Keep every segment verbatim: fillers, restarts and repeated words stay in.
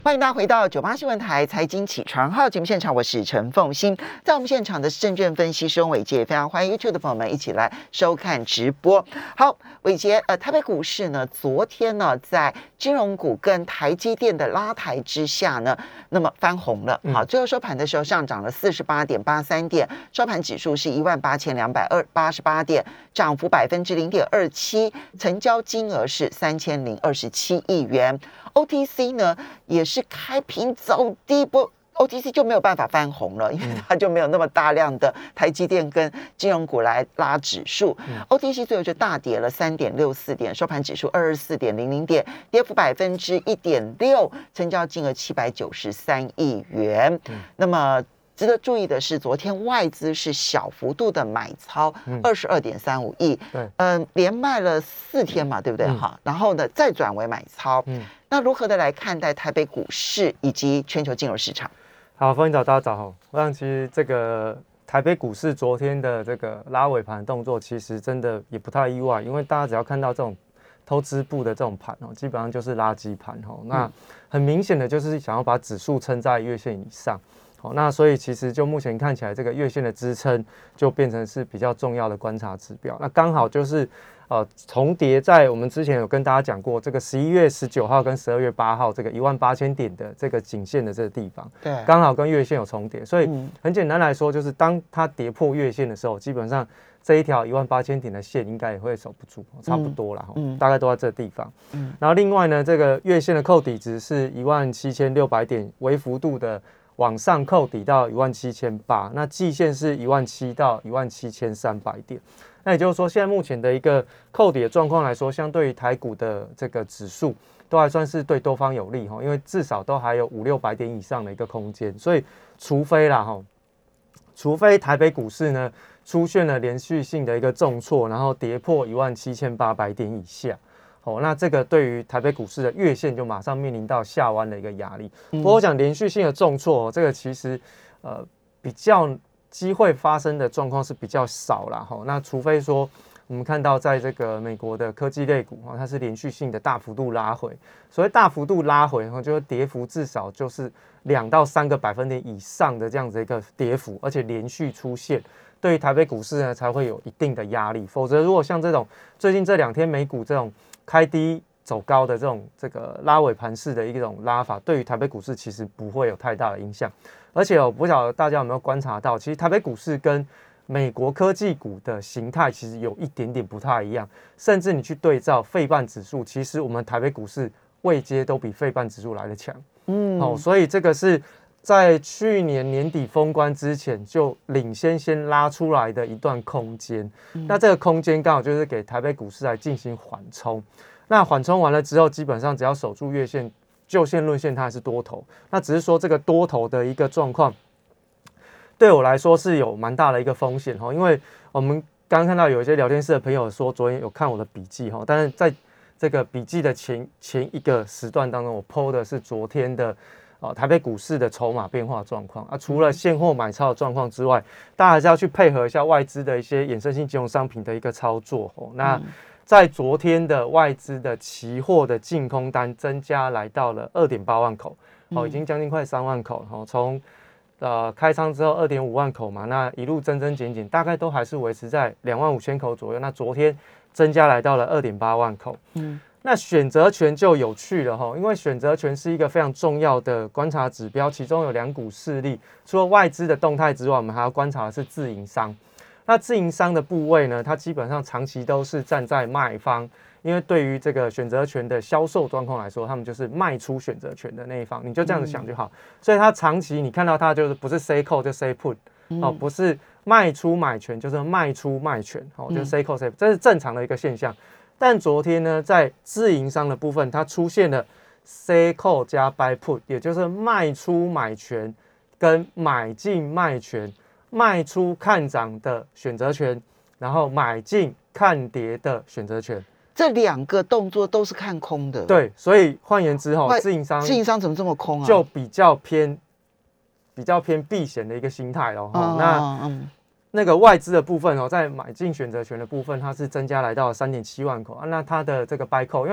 欢迎大家回到九八新闻台财经起床号节目现场，我是陈凤馨。在我们现场的是证券分析师翁伟杰，非常欢迎 YouTube 的朋友们一起来收看直播。好，伟杰，呃，台北股市呢，昨天呢，在金融股跟台积电的拉抬之下呢，那么翻红了。好，最后收盘的时候上涨了四十八点八三点，收盘指数是一万八千两百二八十八点，涨幅百分之零点二七，成交金额是三千零二十七亿元。O T C 呢也是开平走低，不 O T C 就没有办法翻红了，因为它就没有那么大量的台积电跟金融股来拉指数。嗯、O T C 最后就大跌了三点六四点，收盘指数二二四点零零点，跌幅百分之一点六，成交金额七百九十三亿元。嗯、那么值得注意的是，昨天外资是小幅度的买超，二十二点三五亿，对，嗯、呃，连卖了四天嘛，对不对？哈、嗯，然后呢，再转为买超，嗯，那如何的来看待台北股市以及全球金融市场？ 好，欢迎早，大家早好。我想其实这个台北股市昨天的这个拉尾盘动作，其实真的也不太意外，因为大家只要看到这种投资部的这种盘哦，基本上就是垃圾盘哦，那很明显的就是想要把指数撑在月线以上。好，那所以其实就目前看起来，这个月线的支撑就变成是比较重要的观察指标。那刚好就是呃重叠在我们之前有跟大家讲过，这个十一月十九号跟十二月八号这个一万八千点的这个颈线的这个地方，对，刚好跟月线有重叠。所以很简单来说，就是当它跌破月线的时候，基本上这一条一万八千点的线应该也会守不住，差不多啦，嗯、大概都在这个地方。嗯、然后另外呢，这个月线的扣底值是一万七千六百点，微幅度的往上扣底到一万七千八，那季线是一万七到一万七千三百点。那也就是说，现在目前的一个扣底的状况来说，相对于台股的这个指数，都还算是对多方有利哈，因为至少都还有五六百点以上的一个空间。所以，除非啦哈，除非台北股市呢出现了连续性的一个重挫，然后跌破一万七千八百点以下。哦，那这个对于台北股市的月线就马上面临到下弯的一个压力。不过我讲连续性的重挫、哦，这个其实呃比较机会发生的状况是比较少啦。哈、哦，那除非说我们看到在这个美国的科技类股、哦、它是连续性的大幅度拉回，所谓大幅度拉回，哦、就是跌幅至少就是两到三个百分点以上的这样子一个跌幅，而且连续出现。对于台北股市呢，才会有一定的压力。否则，如果像这种最近这两天美股这种开低走高的这种这个拉尾盘式的一种拉法，对于台北股市其实不会有太大的影响。而且我不晓得大家有没有观察到，其实台北股市跟美国科技股的形态其实有一点点不太一样。甚至你去对照费半指数，其实我们台北股市位阶都比费半指数来得强。嗯，哦，所以这个是在去年年底封关之前就领先先拉出来的一段空间，嗯、那这个空间刚好就是给台北股市来进行缓冲。那缓冲完了之后，基本上只要守住月线，就线论线它还是多头。那只是说这个多头的一个状况，对我来说是有蛮大的一个风险哈，因为我们刚刚看到有一些聊天室的朋友说，昨天有看我的笔记哈，但是在这个笔记的前前一个时段当中，我 po 的是昨天的。哦，台北股市的筹码变化状况啊，除了现货买超的状况之外，大家还是要去配合一下外资的一些衍生性金融商品的一个操作。哦，那在昨天的外资的期货的净空单增加来到了二点八万口，哦，已经将近快三万口。哦，从呃开仓之后二点五万口嘛，那一路增增减减，大概都还是维持在两万五千口左右。那昨天增加来到了二点八万口。嗯。那选择权就有趣了哈，因为选择权是一个非常重要的观察指标，其中有两股势力，除了外资的动态之外，我们还要观察的是自营商。那自营商的部位呢，它基本上长期都是站在卖方，因为对于这个选择权的销售状况来说，他们就是卖出选择权的那一方，你就这样子想就好。嗯、所以它长期你看到它就是不是 say call 就 say put，、嗯、哦，不是卖出买权就是卖出卖权，哦，就是 say call say put，、嗯、这是正常的一个现象。但昨天呢，在自营商的部分，它出现了 say call 加 buy put， 也就是卖出买权跟买进卖权，卖出看涨的选择权，然后买进看跌的选择权。 这两个动作都是看空的。 对，所以换言之，哈，自营商自营商怎么这么空啊？ 就比较偏比较偏避险的一个心态咯。哦，那嗯。那个外资的部分哦，在买进选择权的部分，它是增加来到三点七万口啊。那它的这个 buy call， 因为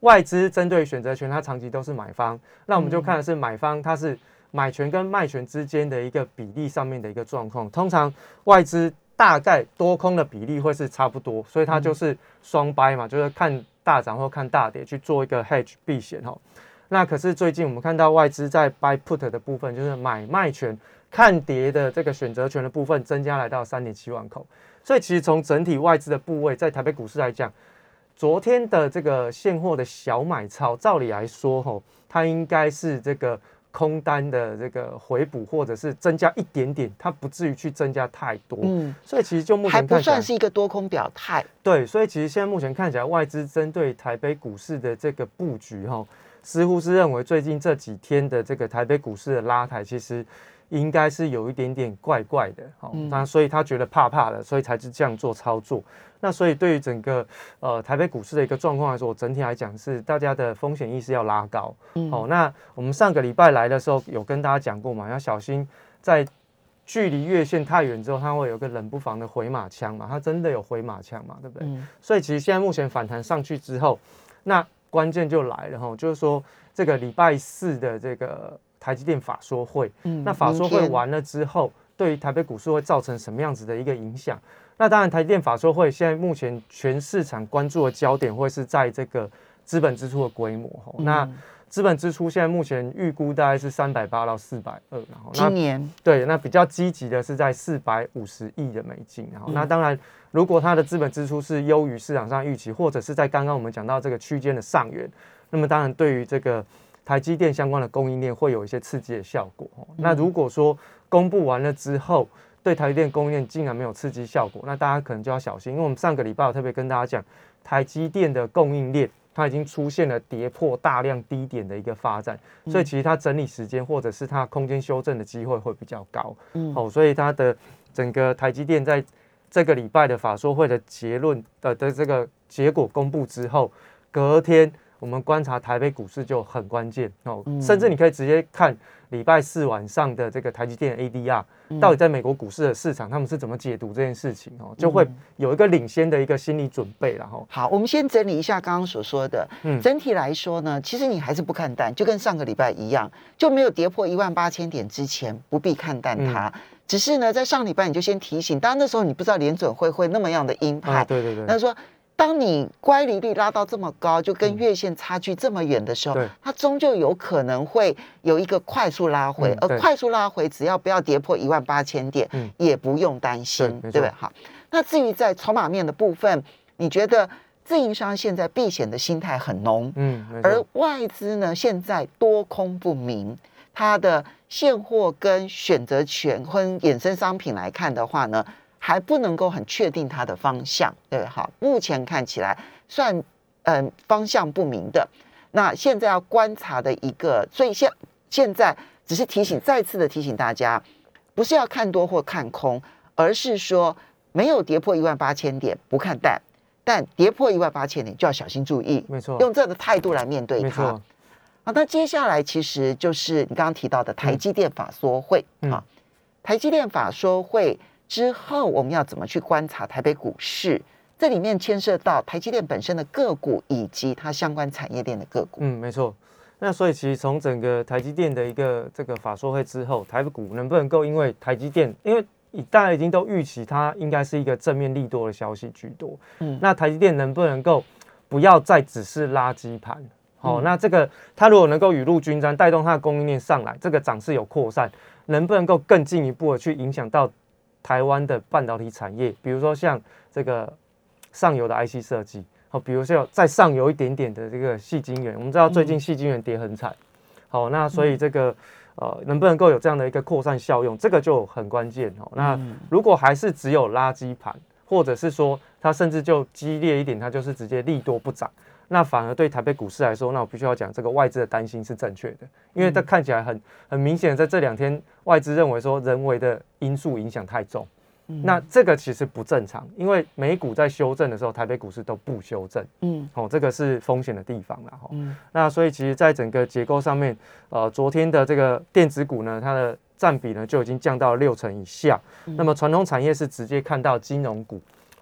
外资针对选择权，它长期都是买方，那我们就看的是买方它是买权跟卖权之间的一个比例上面的一个状况。通常外资大概多空的比例会是差不多，所以它就是双掰嘛，就是看大涨或看大跌去做一个 hedge 避险哈。那可是最近我们看到外资在 buy put 的部分，就是买卖权看跌的这个选择权的部分增加来到 三点七万口，所以其实从整体外资的部位，在台北股市来讲，昨天的这个现货的小买超，照理来说吼，它应该是这个空单的这个回补，或者是增加一点点，它不至于去增加太多。嗯，所以其实就目前看起来还不算是一个多空表态。 对，所以其实现在目前看起来，外资针对台北股市的这个布局哈，似乎是认为最近这几天的这个台北股市的拉抬，其实应该是有一点点怪怪的，好、嗯，那所以他觉得怕怕的，所以才是这样做操作。那所以对于整个呃台北股市的一个状况来说，整体来讲是大家的风险意识要拉高。好、嗯哦，那我们上个礼拜来的时候有跟大家讲过嘛，要小心在距离月线太远之后，它会有个冷不防的回马枪嘛，它真的有回马枪嘛，对不对？嗯、所以其实现在目前反弹上去之后，那关键就来了哈，就是说这个礼拜四的这个台积电法说会，嗯、那法说会完了之后，对于台北股市会造成什么样子的一个影响？那当然，台积电法说会现在目前全市场关注的焦点会是在这个资本支出的规模。嗯、那资本支出现在目前预估大概是三百八到四百二，然后今年对，那比较积极的是在四百五十亿的美金。然后、嗯、那当然，如果它的资本支出是优于市场上预期，或者是在刚刚我们讲到这个区间的上缘，那么当然对于这个台积电相关的供应链会有一些刺激的效果。嗯、那如果说公布完了之后，对台积电供应链竟然没有刺激效果，那大家可能就要小心，因为我们上个礼拜有特别跟大家讲，台积电的供应链它已经出现了跌破大量低点的一个发展，所以其实它整理时间或者是它空间修正的机会会比较高。嗯，好、哦，所以它的整个台积电在这个礼拜的法说会的结论的的这个结果公布之后，隔天我们观察台北股市就很关键哦，嗯、甚至你可以直接看礼拜四晚上的这个台积电 A D R，、嗯、到底在美国股市的市场他们是怎么解读这件事情哦，就会有一个领先的一个心理准备了哈。 好，我们先整理一下刚刚所说的，嗯，整体来说呢，其实你还是不看淡，就跟上个礼拜一样，就没有跌破一万八千点之前不必看淡它。嗯，只是呢，在上礼拜你就先提醒，当然那时候你不知道联准会会那么样的鹰派， 啊、对对对， 那说。当你乖离率拉到这么高，就跟月线差距这么远的时候，嗯、它终究有可能会有一个快速拉回，嗯、而快速拉回只要不要跌破一万八千点，嗯、也不用担心，对, 对不对？好，那至于在筹码面的部分，你觉得自营商现在避险的心态很浓，嗯，而外资呢现在多空不明，它的现货跟选择权跟衍生商品来看的话呢，还不能够很确定它的方向，对，好，目前看起来算嗯、呃、方向不明的。那现在要观察的一个，所以现现在只是提醒，再次的提醒大家，不是要看多或看空，而是说没有跌破一万八千点不看淡，但跌破一万八千点就要小心注意， 没错， 用这样的态度来面对它。 没错。 好，那接下来其实就是你刚刚提到的台积电法说会，嗯、好，台积电法说会之后，我们要怎么去观察台北股市？这里面牵涉到台积电本身的个股，以及它相关产业链的个股。 嗯，没错。那所以其实从整个台积电的一个这个法说会之后，台北股能不能够因为台积电，因为大家已经都预期它应该是一个正面利多的消息居多。嗯，那台积电能不能够不要再只是垃圾盘？好、哦，嗯、那这个它如果能够雨露均沾，带动它的供应链上来，这个涨势有扩散，能不能够更进一步的去影响到台湾的半导体产业，比如说像这个上游的 I C 设计，好，比如说再上游一点点的这个矽晶圆，我们知道最近矽晶圆跌很惨，好，那所以这个呃能不能够有这样的一个扩散效用，这个就很关键哦。那如果还是只有垃圾盘，或者是说它甚至就激烈一点，它就是直接利多不涨，那反而对台北股市来说，那我必须要讲这个外资的担心是正确的，因为它看起来很很明显，在这两天外资认为说人为的因素影响太重，嗯、那这个其实不正常，因为美股在修正的时候，台北股市都不修正，嗯，哦，这个是风险的地方啦，嗯，那所以其实在整个结构上面，呃，昨天的这个电子股呢，它的占比呢就已经降到六成以下，嗯、那么传统产业是直接看到金融股。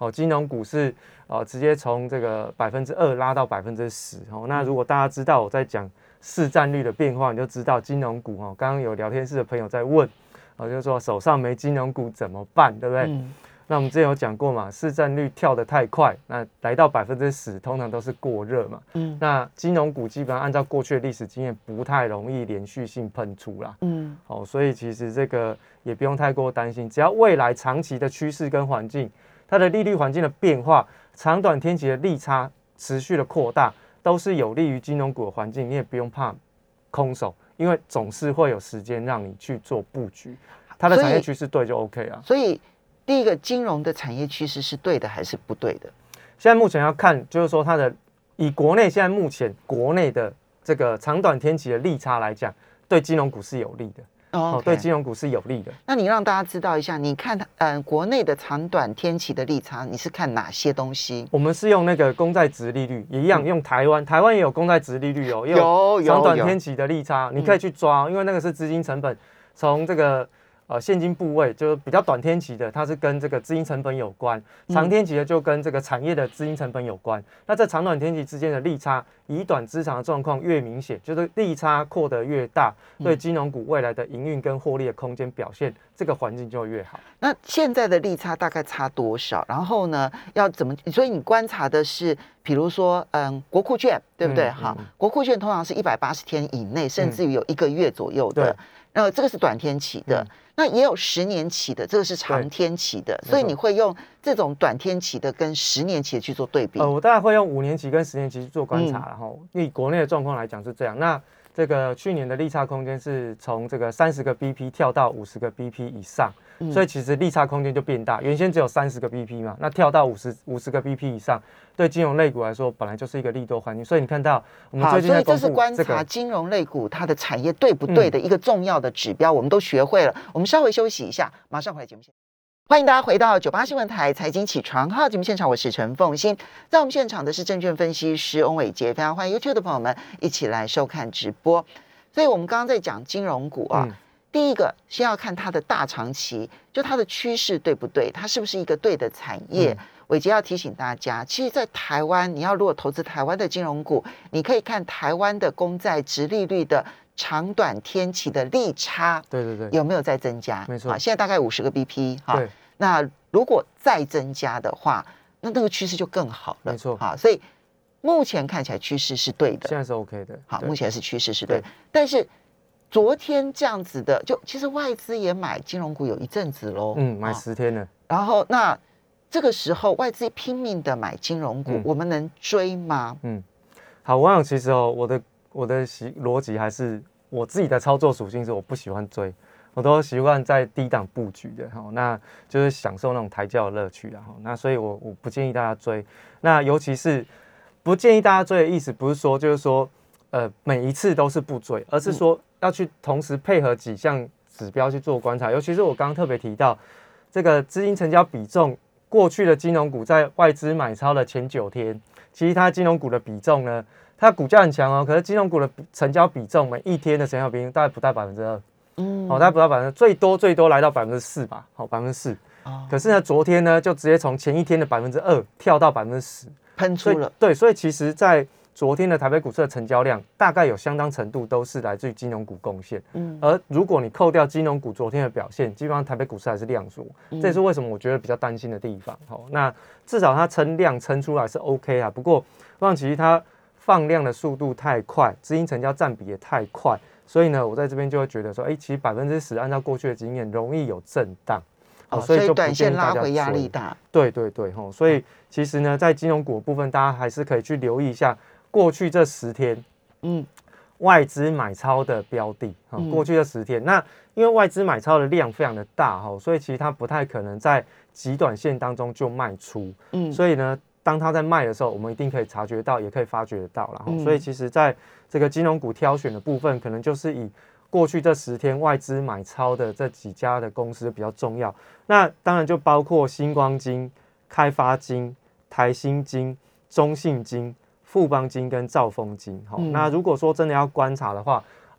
哦，金融股是呃直接从这个百分之二拉到百分之十哦。那如果大家知道我在讲市占率的变化，你就知道金融股哦。刚刚有聊天室的朋友在问，哦，就是说手上没金融股怎么办，对不对？嗯，那我们之前有讲过嘛，市占率跳得太快，那来到百分之十，通常都是过热嘛。嗯，那金融股基本上按照过去的历史经验，不太容易连续性喷出啦。嗯，哦，所以其实这个也不用太过担心，只要未来长期的趋势跟环境，它的利率环境的变化，长短天期的利差持续的扩大，都是有利于金融股的环境，你也不用怕空手，因为总是会有时间让你去做布局，它的产业趋势对就 OK 啊。 所以第一个，金融的产业趋势是对的还是不对的？ 现在目前要看，就是说它的以国内现在目前国内的这个长短天期的利差来讲，对金融股是有利的。哦， okay， 对金融股是有利的。 那你让大家知道一下，你看，嗯、呃，国内的长短天期的利差，你是看哪些东西？ 我们是用那个公债殖利率，也一样、嗯、用台湾，台湾也有公债殖利率哦，也有长短天期的利差，你可以去抓、哦，因为那个是资金成本从这个。呃，现金部位就是比较短天期的，它是跟这个资金成本有关；长天期的就跟这个产业的资金成本有关。嗯、那这长短天期之间的利差，以短资长的状况越明显，就是利差扩得越大，对金融股未来的营运跟获利的空间表现，这个环境就会越好。 那现在的利差大概差多少？然后呢，要怎么？所以你观察的是，比如说，嗯，国库券，对不对？哈、嗯嗯，国库券通常是一百八十天以内，甚至于有一个月左右的。然后这个是短天期的。嗯，那也有十年期的，这个是长天期的，所以你会用这种短天期的跟十年期的去做对比。 呃，我大概会用五年期跟十年期去做观察，然后以国内的状况来讲是这样。那这个去年的利差空间是从这个三十个 B P 跳到五十个 B P 以上，嗯、所以其实利差空间就变大。原先只有三十个 B P 嘛，那跳到五十五十个 B P 以上，对金融类股来说本来就是一个利多环境。所以你看到我们最近在公布、这个、 所以这是观察金融类股它的产业对不对的一个重要的指标，嗯、我们都学会了。我们稍微休息一下，马上回来节目现场。欢迎大家回到九八新闻台财经起床号节目现场，我是陈凤馨。在我们现场的是证券分析师翁伟杰，非常欢迎 YouTube 的朋友们一起来收看直播。所以我们刚刚在讲金融股啊，嗯、第一个先要看它的大长期，就它的趋势对不对，它是不是一个对的产业。伟杰、嗯、要提醒大家，其实，在台湾，你要如果投资台湾的金融股，你可以看台湾的公债殖利率的长短天期的利差， 对对对， 有没有在增加？ 没错， 现在大概五十个 B P 哈。 对， 那如果再增加的话，那那个趋势就更好了。 没错， 好，所以目前看起来趋势是对的， 现在是 OK 的。 好，目前是趋势是对的，但是昨天这样子的，就其实外资也买金融股有一阵子喽， 嗯，买十天了。 然后那这个时候外资拼命的买金融股，嗯、我们能追吗？ 嗯，好，我想其实哦，我的我的逻辑还是我自己的操作属性是我不喜欢追。我都习惯在低档布局的，那就是享受那种抬轿的乐趣，然后那所以我我不建议大家追，那尤其是不建议大家追的意思，不是说就是说呃每一次都是不追，而是说要去同时配合几项指标去做观察，尤其是我刚刚特别提到这个资金成交比重，过去的金融股在外资买超的前九天，其实它金融股的比重呢，它股价很强哦，可是金融股的成交比重每一天的成交比例大概不到百分之二。嗯，好、哦，大概不到百分之，最多最多来到百分之四吧，好，百分之四。可是呢，昨天呢，就直接从前一天的百分之二跳到百分之十， 喷出了。 对，所以其实，在昨天的台北股市的成交量，大概有相当程度都是来自于金融股贡献。嗯，而如果你扣掉金融股昨天的表现，基本上台北股市还是量缩，嗯、这也是为什么我觉得比较担心的地方。好、哦，那至少它撑量撑出来是 OK 啊，不过我想其实它放量的速度太快，资金成交占比也太快。所以呢，我在这边就会觉得说，哎，其实百分之十，按照过去的经验，容易有震荡， 哦，所以就短线拉回压力大。 对对对，吼，所以其实呢，在金融股的部分，大家还是可以去留意一下过去这十天，嗯，外资买超的标的，嗯、过去这十天，那因为外资买超的量非常的大，哈，所以其实它不太可能在极短线当中就卖出，嗯，所以呢。当它在卖的时候，我们一定可以察觉到，也可以发觉得到啦。嗯、所以其实在这个金融股挑选的部分，可能就是以过去这十天外资买超的这几家的公司比较重要。那当然就包括星光金、开发金、台新金、中信金、富邦金跟兆丰金。嗯、那如果说真的要观察的话，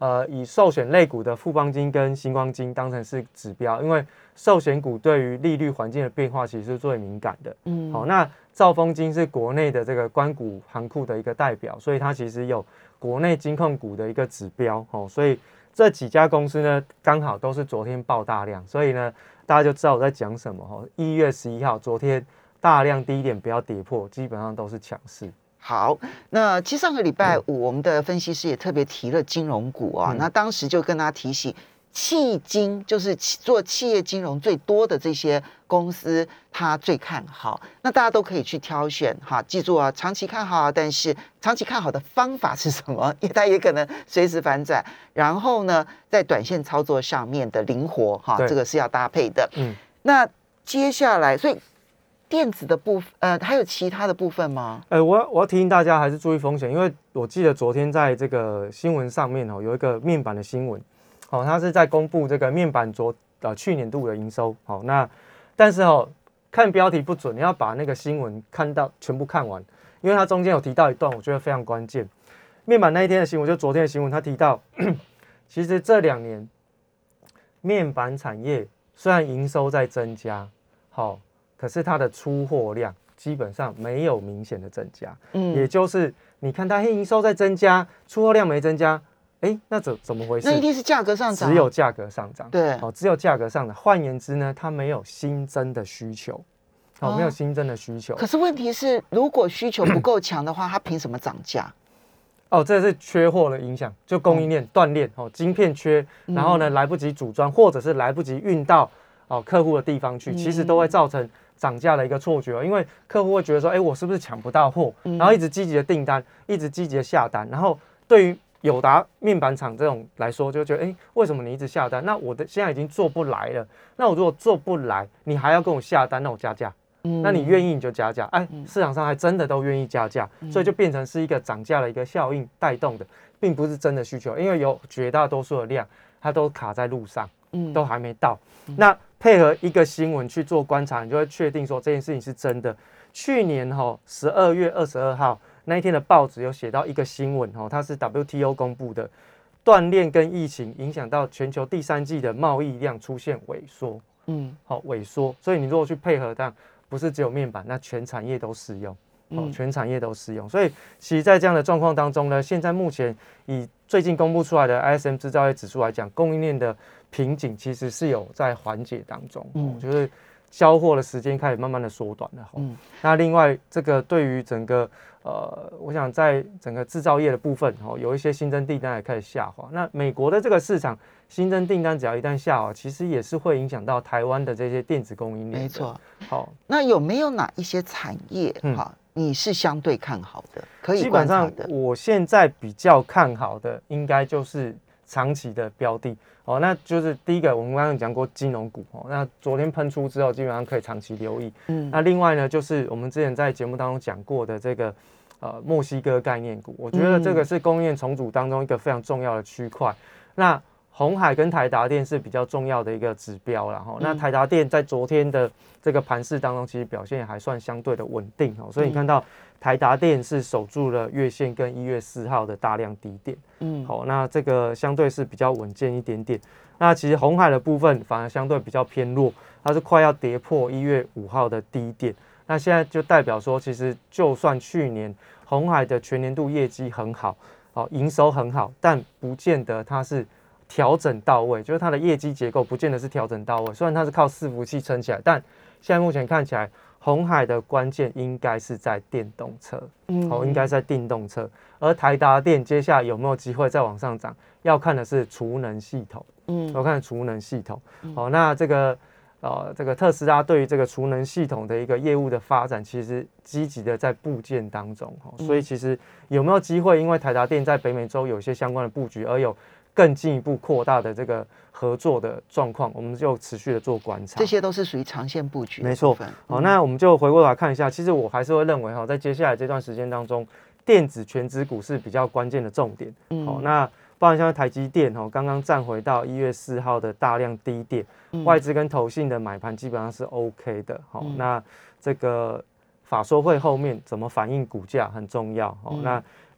呃以寿险类股的富邦金跟星光金当成是指标，因为寿险股对于利率环境的变化其实是最敏感的。嗯，好，那兆丰金是国内的这个官股行库的一个代表，所以它其实有国内金控股的一个指标。哦，所以这几家公司呢，刚好都是昨天爆大量，所以呢，大家就知道我在讲什么。哦，一月十一号，昨天大量低点不要跌破，基本上都是强势。 好，那其实上个礼拜五，我们的分析师也特别提了金融股啊、哦嗯，那当时就跟他提醒，企金就是做企业金融最多的这些公司，他最看好。那大家都可以去挑选哈，记住啊，长期看好，但是长期看好的方法是什么？因为它也可能随时反转。然后呢，在短线操作上面的灵活哈，这个是要搭配的。嗯，那接下来，所以。电子的部分，呃，还有其他的部分吗？ 呃，我我要提醒大家还是注意风险，因为我记得昨天在这个新闻上面哦，有一个面板的新闻，哦，它是在公布这个面板昨呃去年度的营收，好、哦，那但是哦，看标题不准，你要把那个新闻看到全部看完，因为它中间有提到一段，我觉得非常关键。面板那一天的新闻，就昨天的新闻，它提到，其实这两年面板产业虽然营收在增加，好、哦。可是它的出货量基本上没有明显的增加，嗯，也就是你看它营收在增加，出货量没增加，哎，那怎怎么回事？ 那一定是价格上涨， 只有价格上涨， 对， 哦，只有价格上涨。换言之呢，它没有新增的需求，哦，哦没有新增的需求。 可是问题是，如果需求不够强的话，它凭什么涨价？ 哦，这是缺货的影响，就供应链断裂，哦，晶片缺，然后呢来不及组装，或者是来不及运到哦客户的地方去，其实都会造成涨价的一个错觉，因为客户会觉得说，哎，我是不是抢不到货？然后一直积极的订单，一直积极的下单，然后对于友达面板厂这种来说，就觉得，哎，为什么你一直下单？那我的现在已经做不来了，那我如果做不来，你还要跟我下单，那我加价。那你愿意你就加价，哎，市场上还真的都愿意加价，所以就变成是一个涨价的一个效应带动的，并不是真的需求，因为有绝大多数的量它都卡在路上，都还没到。那配合一个新闻去做观察，你就会确定说这件事情是真的。去年哈十二月二十二号那一天的报纸有写到一个新闻哈，它是 W T O 公布的，断链跟疫情影响到全球第三季的贸易量出现萎缩，嗯，好萎缩，所以你如果去配合它。不是只有面板，那全产业都适用，哦，全产业都适用。所以，其实，在这样的状况当中呢，现在目前以最近公布出来的 I S M 制造业指数来讲，供应链的瓶颈其实是有在缓解当中，嗯，就是交货的时间开始慢慢的缩短了，嗯。那另外，这个对于整个呃，我想在整个制造业的部分，哦，有一些新增订单也开始下滑。那美国的这个市场新增订单只要一旦下滑，其实也是会影响到台湾的这些电子供应链。 没错。 好， 那有没有哪一些产业哈、嗯，你是相对看好的？可以观察的。 基本上，我现在比较看好的，应该就是长期的标的。哦，那就是第一个，我们刚刚讲过金融股哦，那昨天喷出之后，基本上可以长期留意。嗯，那另外呢，就是我们之前在节目当中讲过的这个呃墨西哥概念股，我觉得这个是供应链重组当中一个非常重要的区块。那鸿海跟台达电是比较重要的一个指标啦，哈、嗯。那台达电在昨天的这个盘势当中，其实表现也还算相对的稳定哦，所以你看到台达电是守住了月线跟一月四号的大量低点，嗯，好，那这个相对是比较稳健一点点。那其实鸿海的部分反而相对比较偏弱，它是快要跌破一月五号的低点。那现在就代表说，其实就算去年鸿海的全年度业绩很好，哦，营收很好，但不见得它是调整到位，就是它的业绩结构不见得是调整到位。虽然它是靠伺服器撑起来，但现在目前看起来，鸿海的关键应该是在电动车，嗯，哦，应该是在电动车。而台达电接下来有没有机会再往上涨，要看的是储能系统，嗯，要看储能系统。嗯、哦，那这个呃，这个特斯拉对于这个储能系统的一个业务的发展，其实积极的在布建当中，哦，所以其实有没有机会，因为台达电在北美洲有一些相关的布局，而有更进一步扩大的这个合作的状况，我们就持续的做观察。 这些都是属于长线布局的。 没错。好，那我们就回过来看一下，其实我还是会认为哈，在接下来这段时间当中，电子全指股是比较关键的重点。嗯。好，那包含像台积电哈，刚刚站回到一月四号的大量低点，嗯、外资跟投信的买盘基本上是 OK 的。好，嗯、那这个法说会后面怎么反映股价很重要。好，嗯、那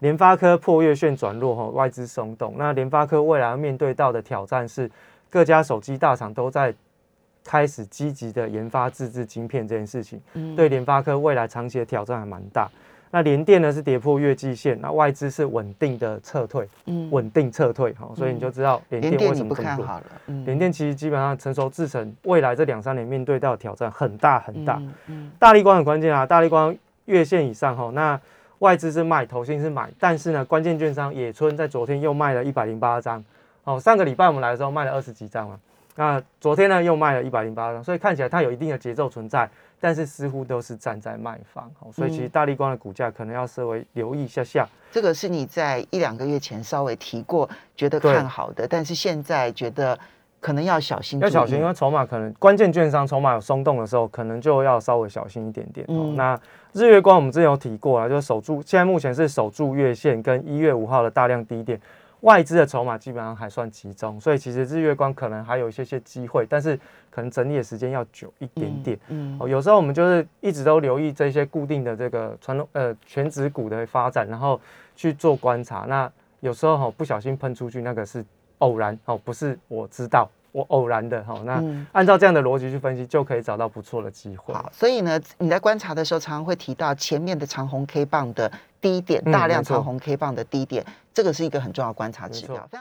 联发科破月线转弱哈，外资松动。那联发科未来要面对到的挑战是，各家手机大厂都在开始积极的研发自制晶片这件事情，嗯、对联发科未来长期的挑战还蛮大。那联电呢是跌破月季线，那外资是稳定的撤退，嗯，稳定撤退哈，所以你就知道联电为什么这么弱。联电其实基本上成熟制程，未来这两三年面对到的挑战很大很大。嗯嗯、大立光很关键啊，大立光月线以上哈，那外资是卖，投信是买，但是呢，关键券商野村在昨天又卖了一百零八张，哦，上个礼拜我们来的时候卖了二十几张嘛，那昨天呢又卖了一百零八张，所以看起来它有一定的节奏存在。但是似乎都是站在卖方，所以其实大立光的股价可能要稍微留意一下下。 这个是你在一两个月前稍微提过，觉得看好的，但是现在觉得可能要小心。 要小心，因为筹码可能关键券商筹码有松动的时候，可能就要稍微小心一点点。嗯、那日月光我们之前有提过了，就是守住，现在目前是守住月线跟一月五号的大量低点。外资的筹码基本上还算集中，所以其实日月光可能还有一些些机会，但是可能整理的时间要久一点点。嗯，嗯哦、有时候我们就是一直都留意这些固定的这个传统呃全指股的发展，然后去做观察。那有时候哈、哦、不小心喷出去，那个是偶然哦，不是我知道。我偶然的哈，那按照这样的逻辑去分析，就可以找到不错的机会。 好，所以呢，你在观察的时候，常常会提到前面的长红 K 棒的低点，大量长红 K 棒的低点，这个是一个很重要的观察指标。